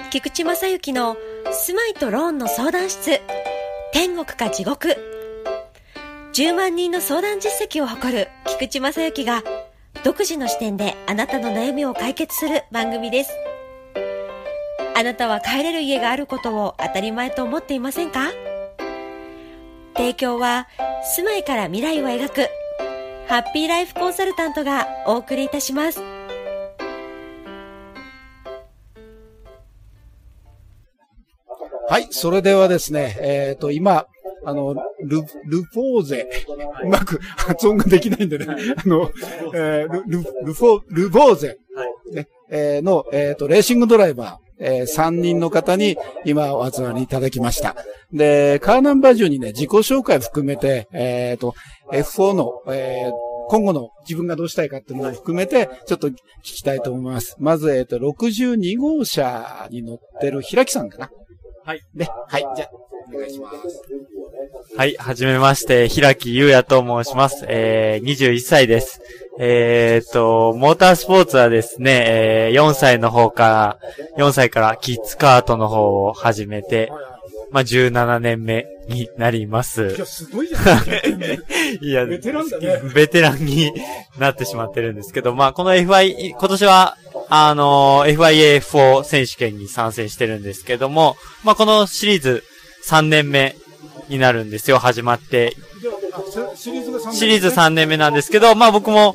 菊池正幸の住まいとローンの相談室、天国か地獄。10万人の相談実績を誇る菊池正幸が独自の視点であなたの悩みを解決する番組です。あなたは帰れる家があることを当たり前と思っていませんか？提供は住まいから未来を描くハッピーライフコンサルタントがお送りいたします。 はい、それではですね、今、ルフォーゼ、うまく発音ができないんでね、ルフォーゼ、ね、の、レーシングドライバー、3人の方に今お集まりいただきました。で、カーナンバー中にね、自己紹介含めて、F4 の、今後の自分がどうしたいかっていうのを含めて、ちょっと聞きたいと思います。まず、62号車に乗ってる平木さんかな。 はい。 ね。はい。じゃあ、お願いします。 はい。はじめまして、平木優也と申します。21歳です。モータースポーツはですね、4歳からキッズカートの方を始めて、まあ、17年目になります。 いや、すごいじゃないですか。 いや、 ベテランだね。 ベテランになってしまってるんですけど、まあ、この今年は、FIA4 選手権に参戦してるんですけども、まあ、このシリーズ3年目になるんですよ、始まって。シリーズ3年目なんですけど、まあ、僕も、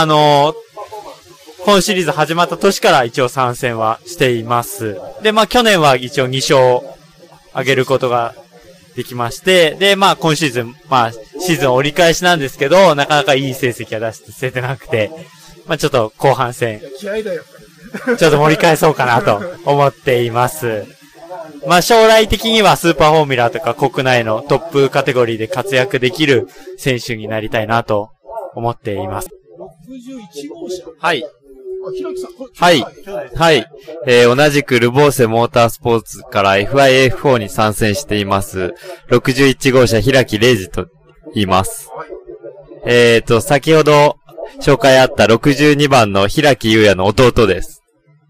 このシリーズ始まった年から一応参戦はしています。で、まあ、去年は一応2勝上げることができまして、で、まあ、今シーズン、まあ、シーズン折り返しなんですけど、なかなかいい成績は出てなくて、まあ、ちょっと後半戦、 気合だよ。 ちょっと盛り返そうかなと思っています。まあ、将来的にはスーパーフォーミュラーとか国内のトップカテゴリーで活躍できる選手になりたいなと思っています。 61号車。 はい。 はい。 はい。同じくルボーセモータースポーツから FIA4 に参戦しています。61号車平木礼二と言います。先ほど紹介あった62番の平木優也の弟です。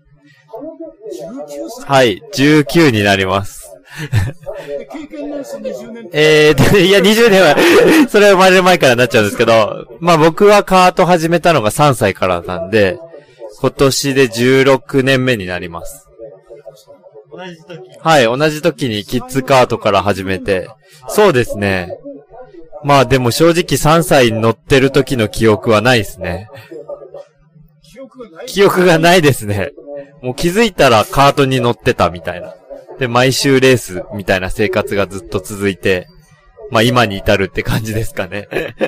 はい。19になります。 経験年数20年。 いや、20年は、それは生まれる前からなっちゃうんですけど、まあ僕はカート始めたのが3歳からなんで、今年で16年目になります。はい、同じ時にキッズカートから始めて、そうですね。まあでも正直3歳に乗ってる時の記憶はないですね。記憶がないですね。もう気づいたらカートに乗ってたみたいな。で、毎週レースみたいな生活がずっと続いて、まあ今に至るって感じですかね。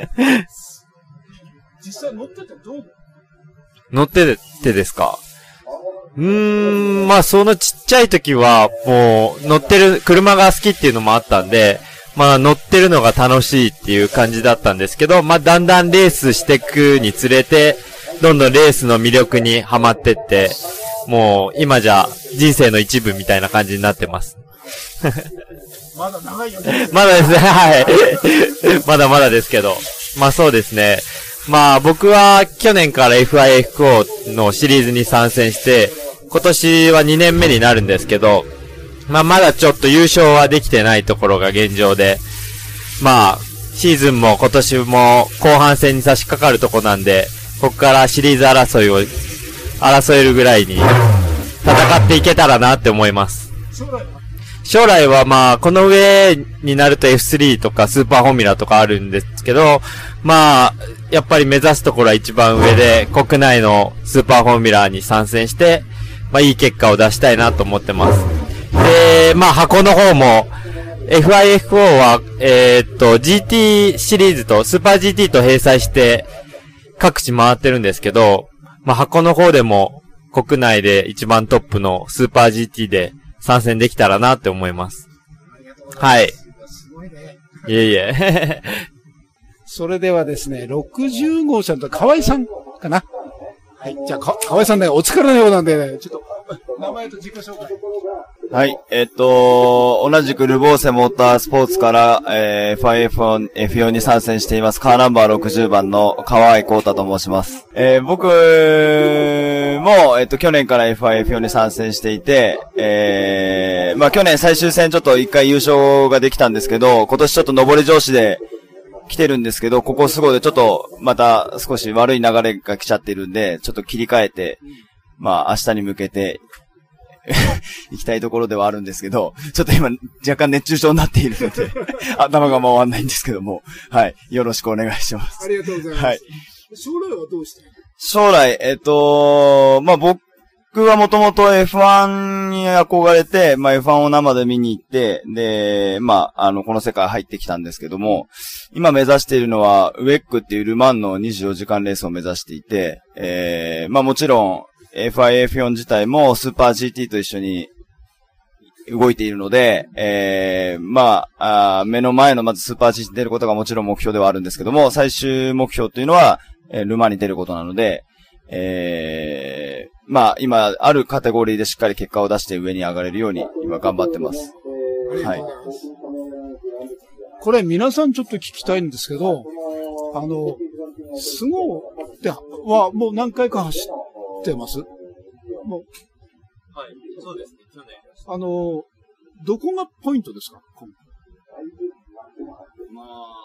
実際乗っててどう？ 乗っててですか？まあそのちっちゃい時はもう乗ってる車が好きっていうのもあったんで、まあ乗ってるのが楽しいっていう感じだったんですけど、まあだんだんレースしていくにつれて、どんどんレースの魅力にはまってって、もう今じゃ人生の一部みたいな感じになってます。 まだ長いよね。 まだですね、はい。まだまだですけど。まあそうですね。まあ僕は去年から FIA4 のシリーズに参戦して、今年は2年目になるんですけど、まあまだちょっと優勝はできてないところが現状で、まあシーズンも今年も後半戦に差し掛かるとこなんで、ここからシリーズ争えるぐらいに戦っていけたらなって思います。将来はまあこの上になると F3 とかスーパーフォーミュラとかあるんですけど、まあやっぱり目指すところは一番上で国内のスーパーフォーミュラーに参戦して、まあいい結果を出したいなと思ってます。で、まあ箱の方も FIA4 はGT シリーズとスーパー GT と併載して各地回ってるんですけど、まあ箱の方でも国内で一番トップのスーパー GT で参戦できたらなって思います。はい。 すごいね。 いえいえ。 それではですね、60号車と河合さんかな。はい。じゃあ、河合さんね、お疲れのようなんで、ね、ちょっと、名前と自己紹介。 はい。同じくルボーセモータースポーツから、F4 に参戦しています。カーナンバー60番の河合光太と申します。僕も、去年から FIF4 に参戦していて、まあ去年最終戦ちょっと一回優勝ができたんですけど、今年ちょっと上り調子で来てるんですけど、ここすごいでちょっとまた少し悪い流れが来ちゃってるんで、ちょっと切り替えて、まあ明日に向けて、行きたいところではあるんですけど、ちょっと今若干熱中症になっているので、頭が回んないんですけども、はい。よろしくお願いします。 ありがとうございます。 はい。 将来はどうして将来、まあ、僕はもともと F1 に憧れて、まあ、F1 を生で見に行って、で、まあ、この世界入ってきたんですけども、今目指しているのは、ウェックっていうルマンの24時間レースを目指していて、まあ、もちろん、FIF4 自体もスーパー GT と一緒に動いているので、まあ、目の前のまずスーパー GT に出ることがもちろん目標ではあるんですけども、最終目標というのは、ルマンに出ることなので、まあ、今、あるカテゴリーでしっかり結果を出して上に上がれるように、今頑張ってます。はい。 これ皆さんちょっと聞きたいんですけど、スゴーってはもう何回か走ってます？もう。 はい、そうですね、去年。 どこがポイントですか？ ま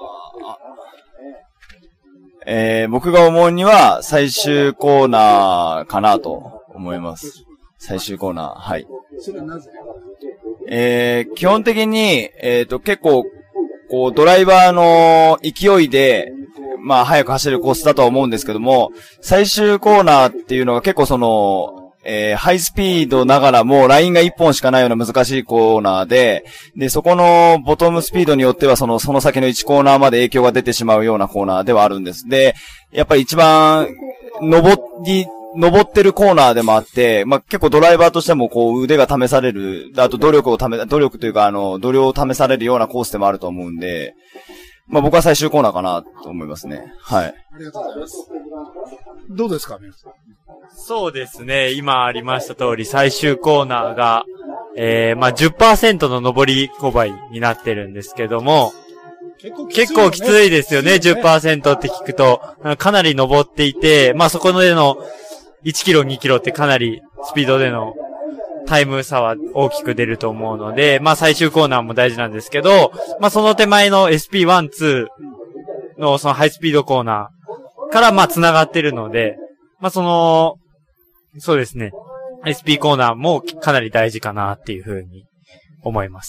あ、僕が思うには最終コーナーかなと思います。最終コーナー、はい。 それはなぜ？ 基本的に、結構、こう、ドライバーの勢いで、まあ、速く走るコースだとは思うんですけども、最終コーナーっていうのが結構その、ハイスピードながらもラインが1本しかないような難しいコーナーで、そこのボトムスピードによってはその先の1コーナーまで影響が出てしまうようなコーナーではあるんです。で、やっぱり一番登ってるコーナーでもあって、まあ、結構ドライバーとしてもこう腕が試される、あと努力というか度量を試されるようなコースでもあると思うんで、まあ僕は最終コーナーかなと思いますね。はい。 ありがとうございます。どうですか、皆さん。 そうですね。今ありました通り、最終コーナーが、まあ、10% の上り勾配になってるんですけども、結構きついですよね、10% って聞くと。かなり登っていて、まあ、そこでの1キロ、2キロってかなりスピードでのタイム差は大きく出ると思うので、まあ、最終コーナーも大事なんですけど、まあ、その手前の SP1、2のそのハイスピードコーナーからまあ、繋がってるので、まあ、そうですね。SP コーナーもかなり大事かなっていうふうに思います。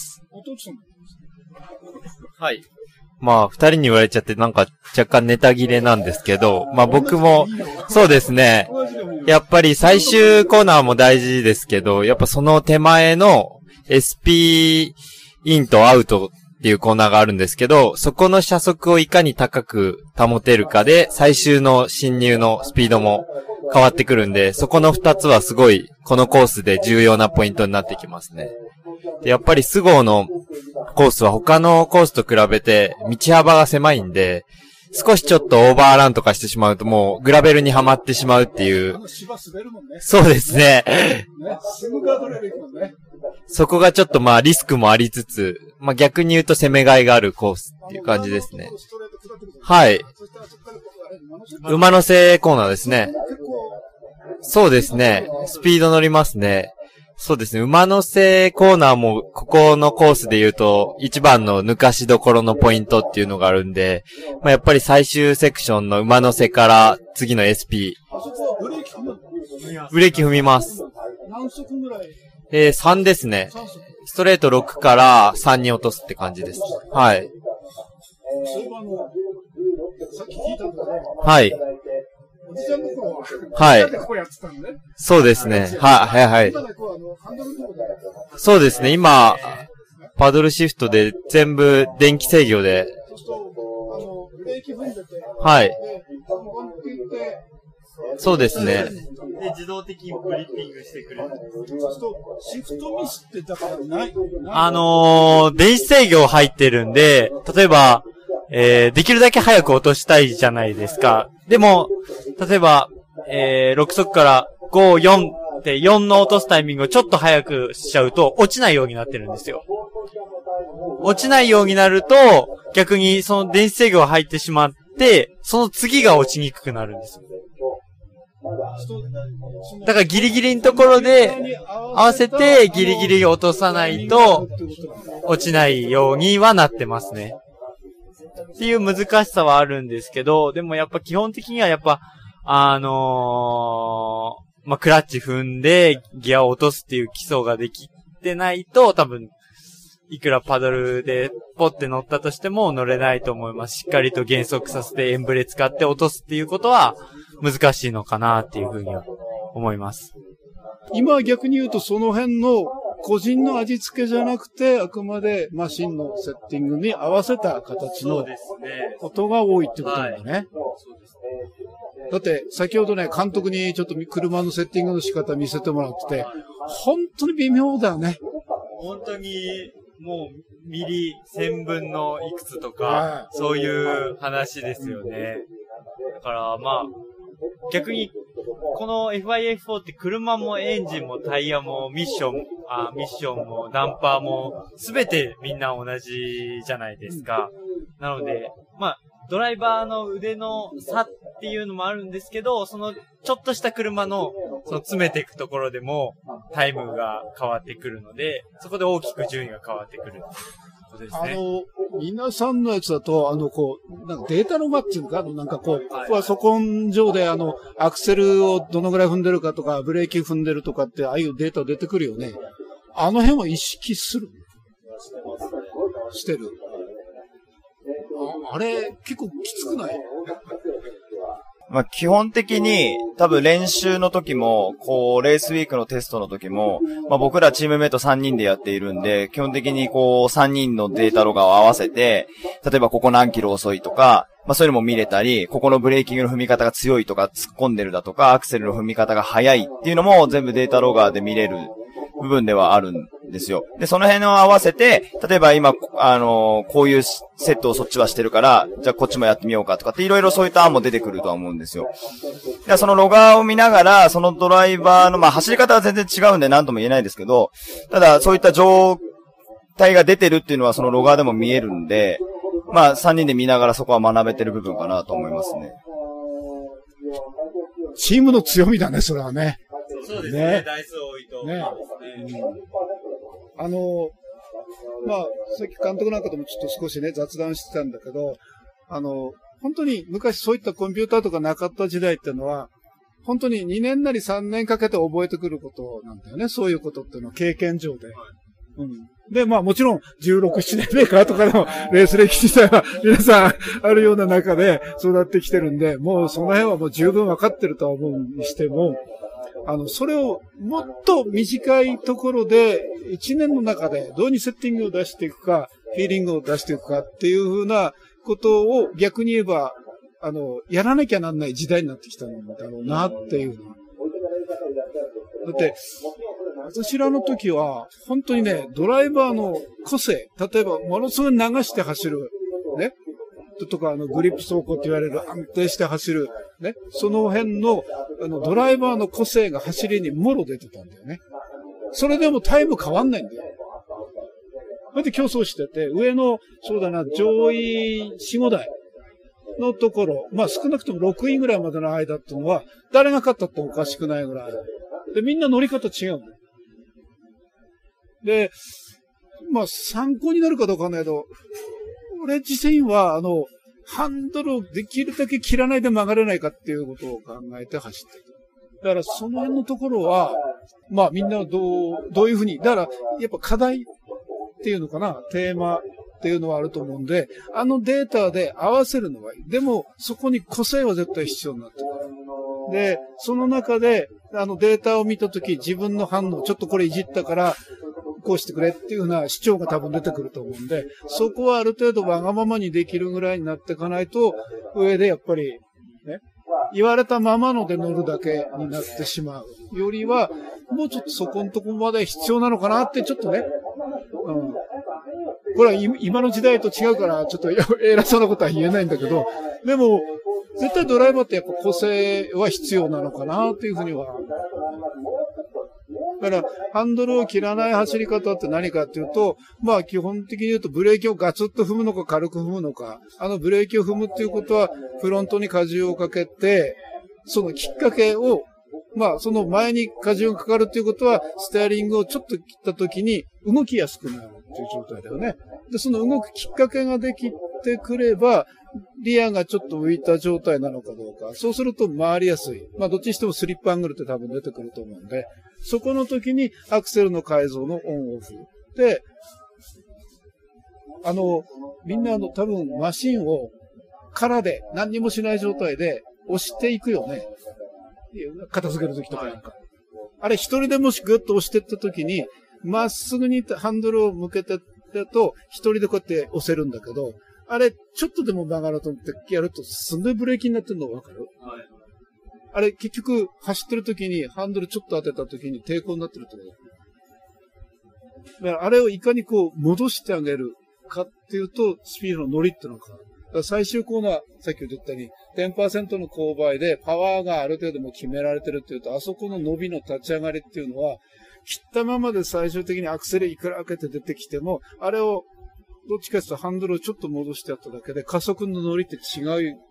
はい。まあ、二人に言われちゃってなんか若干ネタ切れなんですけど、まあ僕も、そうですね。やっぱり最終コーナーも大事ですけど、やっぱその手前の SP インとアウトっていうコーナーがあるんですけど、そこの車速をいかに高く保てるかで、最終の進入のスピードも変わってくるんで、そこの二つはすごい、このコースで重要なポイントになってきますね。で、やっぱりスゴーのコースは他のコースと比べて道幅が狭いんで、少しちょっとオーバーランとかしてしまうともうグラベルにはまってしまうっていう。そうですね。そこがちょっとまあリスクもありつつ、まあ逆に言うと攻めがいがあるコースっていう感じですね。はい。馬の背コーナーですね。そうですね。スピード乗りますね。そうですね。馬の背コーナーも、ここのコースで言うと、一番の抜かしどころのポイントっていうのがあるんで、まあ、やっぱり最終セクションの馬の背から次の SP。ブレーキ踏みます。3ですね。ストレート6から3に落とすって感じです。はい。はい。はい。そうですね。はい。そうですね。今、パドルシフトで全部電気制御で。はい。そうですね。 で、自動的にブリッピングしてくれる。 シフトミスってだからない。 電子制御入ってるんで、例えば、できるだけ早く落としたいじゃないですか。でも、例えば、6速から5、4って4の落とすタイミングをちょっと早くしちゃうと落ちないようになってるんですよ。落ちないようになると、逆にその電子制御が入ってしまって、その次が落ちにくくなるんですよ。 だからギリギリのところで合わせてギリギリ落とさないと落ちないようにはなってますね。っていう難しさはあるんですけど、でもやっぱ基本的にはやっぱ、まあ、クラッチ踏んでギアを落とすっていう基礎ができてないと多分、いくらパドルでポッて乗ったとしても乗れないと思います。しっかりと減速させてエンブレ使って落とすっていうことは難しいのかなっていうふうには思います。 今は逆に言うとその辺の個人の味付けじゃなくて、あくまでマシンのセッティングに合わせた形のことが多いってことなんだね。だって、先ほどね、監督にちょっと車のセッティングの仕方見せてもらってて、本当に微妙だよね。 本当に、もう、ミリ1000分のいくつとか、そういう話ですよね。だから、まあ、逆に、この FIF4 って車もエンジンもタイヤもミッションもダンパーもすべてみんな同じじゃないですか。なので、まあ、ドライバーの腕の差っていうのもあるんですけど、そのちょっとした車のその詰めていくところでもタイムが変わってくるので、そこで大きく順位が変わってくることですね。 皆さんのやつだと、なんかデータログっていうのか、なんかこう、パソコン上でアクセルをどのぐらい踏んでるかとか、ブレーキ踏んでるとかって、ああいうデータ出てくるよね。あの辺は意識する？してる。あれ、結構きつくない？ まあ、基本的に、多分練習の時も、こう、レースウィークのテストの時も、まあ僕らチームメイト3人でやっているんで、基本的にこう、3人のデータロガを合わせて、例えばここ何キロ遅いとか、まあそういうのも見れたり、ここのブレーキングの踏み方が強いとか、突っ込んでるだとか、アクセルの踏み方が速いっていうのも全部データロガーで見れる部分ではあるんですよ。で、その辺を合わせて、例えば今、こういうセットをそっちはしてるから、じゃあこっちもやってみようかとかっていろいろそういった案も出てくるとは思うんですよ。で、そのロガーを見ながら、そのドライバーの、まあ走り方は全然違うんで何とも言えないですけど、ただそういった状態が出てるっていうのはそのロガーでも見えるんで、まあ3人で見ながらそこは学べてる部分かなと思いますね。 チームの強みだね、それはね。 そうですね。台数多いと思いますね。 まあ、さっき監督なんかともちょっと少しね、雑談してたんだけど、本当に昔そういったコンピューターとかなかった時代っていうのは、本当に2年なり3年かけて覚えてくることなんだよね。そういうことっていうのは経験上で。うん。で、まあもちろん16、7年目かとかのレース歴自体は皆さんあるような中で育ってきてるんで、もうその辺はもう十分わかってるとは思うにしても、それをもっと短いところで1年の中でどうにセッティングを出していくか、フィーリングを出していくかっていうふうなことを逆に言えば、やらなきゃなんない時代になってきたんだろうなっていうのは。だって、私らの時は、本当にね、ドライバーの個性、例えば、ものすごい流して走る、ね、とか、グリップ走行って言われる安定して走る、ね、その辺の、ドライバーの個性が走りにもろ出てたんだよね。それでもタイム変わんないんだよ。それで競争してて、上の、そうだな、上位4、5台のところ、まあ少なくとも6位ぐらいまでの間っていうのは、誰が勝ったっておかしくないぐらい。で、みんな乗り方違うの。で、まあ参考になるかどうかわかんないけど、俺自身は、ハンドルをできるだけ切らないで曲がれないかっていうことを考えて走っている。だからその辺のところは、まあみんなどういうふうに、だからやっぱ課題っていうのかな、テーマっていうのはあると思うんで、データで合わせるのはいい。でも、そこに個性は絶対必要になってくる。で、その中で、データを見たとき、自分の反応、ちょっとこれいじったから、こうしてくれっていうような主張が多分出てくると思うんで、そこはある程度わがままにできるぐらいになっていかないと、上でやっぱり、ね、言われたままので乗るだけになってしまうよりは、もうちょっとそこのとこまで必要なのかなってちょっとね、うん。これは今の時代と違うから、ちょっと偉そうなことは言えないんだけど、でも、絶対ドライバーってやっぱ個性は必要なのかなっていうふうには。だから、ハンドルを切らない走り方って何かっていうと、まあ基本的に言うとブレーキをガツッと踏むのか軽く踏むのか、ブレーキを踏むっていうことは、フロントに荷重をかけて、 そのきっかけを、まあ、その前に荷重がかかるということは、ステアリングをちょっと切ったときに動きやすくなるという状態だよね。で、その動くきっかけができてくれば、リアがちょっと浮いた状態なのかどうか。そうすると回りやすい。まあ、どっちにしてもスリップアングルって多分出てくると思うんで、そこの時にアクセルの改造のオンオフ。で、みんな多分マシンを空で何にもしない状態で押していくよね。片付ける時とかなんか。あれ一人でもしグッと押していった時に、まっすぐにハンドルを向けてだと一人でこうやって押せるんだけど、あれちょっとでも曲がろうと思ってやるとすごいブレーキになってるの分かる？はい。あれ結局走ってる時にハンドルちょっと当てた時に抵抗になってるってことだ。だからあれをいかにこう戻してあげるかっていうと、スピードの乗りっていうのか。だから最終コーナー、さっき言ったように、10% の勾配でパワーがある程度も決められてるっていうと、あそこの伸びの立ち上がりっていうのは、切ったままで最終的にアクセルいくら開けて出てきても、あれを、どっちかというとハンドルをちょっと戻してやっただけで、加速の乗りって違うんだよね。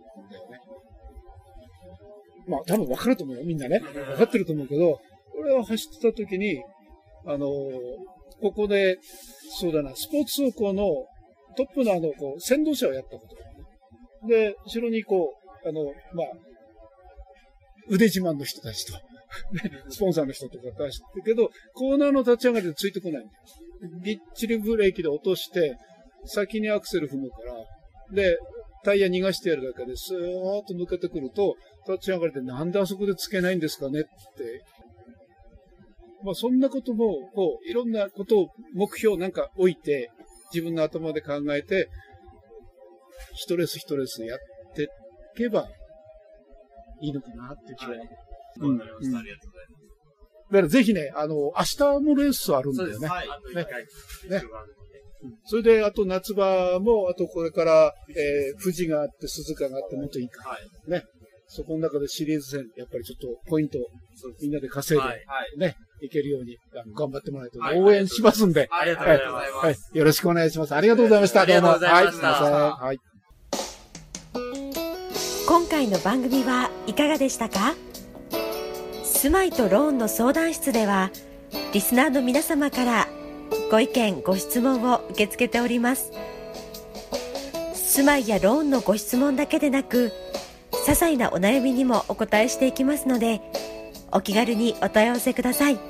まあ多分分かると思うよ、みんなね。分かってると思うけど、俺は走ってた時に、ここで、そうだな、スポーツ走行のトップのこう、先導者をやったことがある。で、後ろにこう、まあ、腕自慢の人たちと、スポンサーの人とか出してるけど、コーナーの立ち上がりでついてこないんだよ。ぎっちりブレーキで落として、先にアクセル踏むから、で、タイヤ逃がしてやるだけで、スーッと抜けてくると、立ち上がりでなんであそこでつけないんですかねって。まあそんなことも、こう、いろんなことを目標なんか置いて、自分の頭で考えて、一レース一レースやっていけばいいのかなっていう気が。はい。わかりました。ありがとうございます。だからぜひね、明日もレースあるんだよね。はい。ね。ね。それで、あと夏場も、あとこれから、富士があって、鈴鹿があって、もっといいか。はい。ね。そこの中でシリーズ戦、やっぱりちょっとポイント、みんなで稼いで、ね、いけるように、頑張ってもらえると応援しますんで。 ありがとうございます。 はい。よろしくお願いします。ありがとうございました。 ありがとうございました。 はい。 今回の番組はいかがでしたか？住まいとローンの相談室では、リスナーの皆様からご意見、ご質問を受け付けております。住まいやローンのご質問だけでなく、些細なお悩みにもお答えしていきますので、お気軽にお問い合わせください。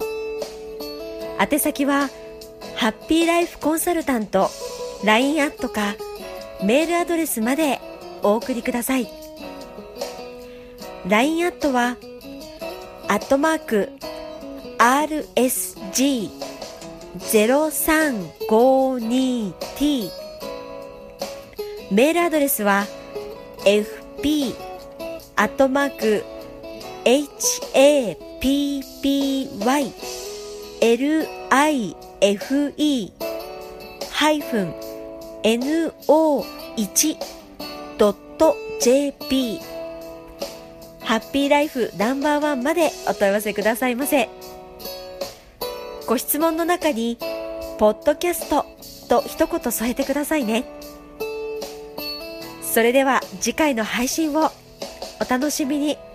宛先はハッピーライフコンサルタント LINE アットかメールアドレスまでお送りください。 LINE アットは@RSG0352T、 メールアドレスは happy-life-no1.jp ハッピーライフナンバーワンまでお問い合わせくださいませ。ご質問の中にポッドキャストと一言添えてくださいね。それでは次回の配信をお楽しみに。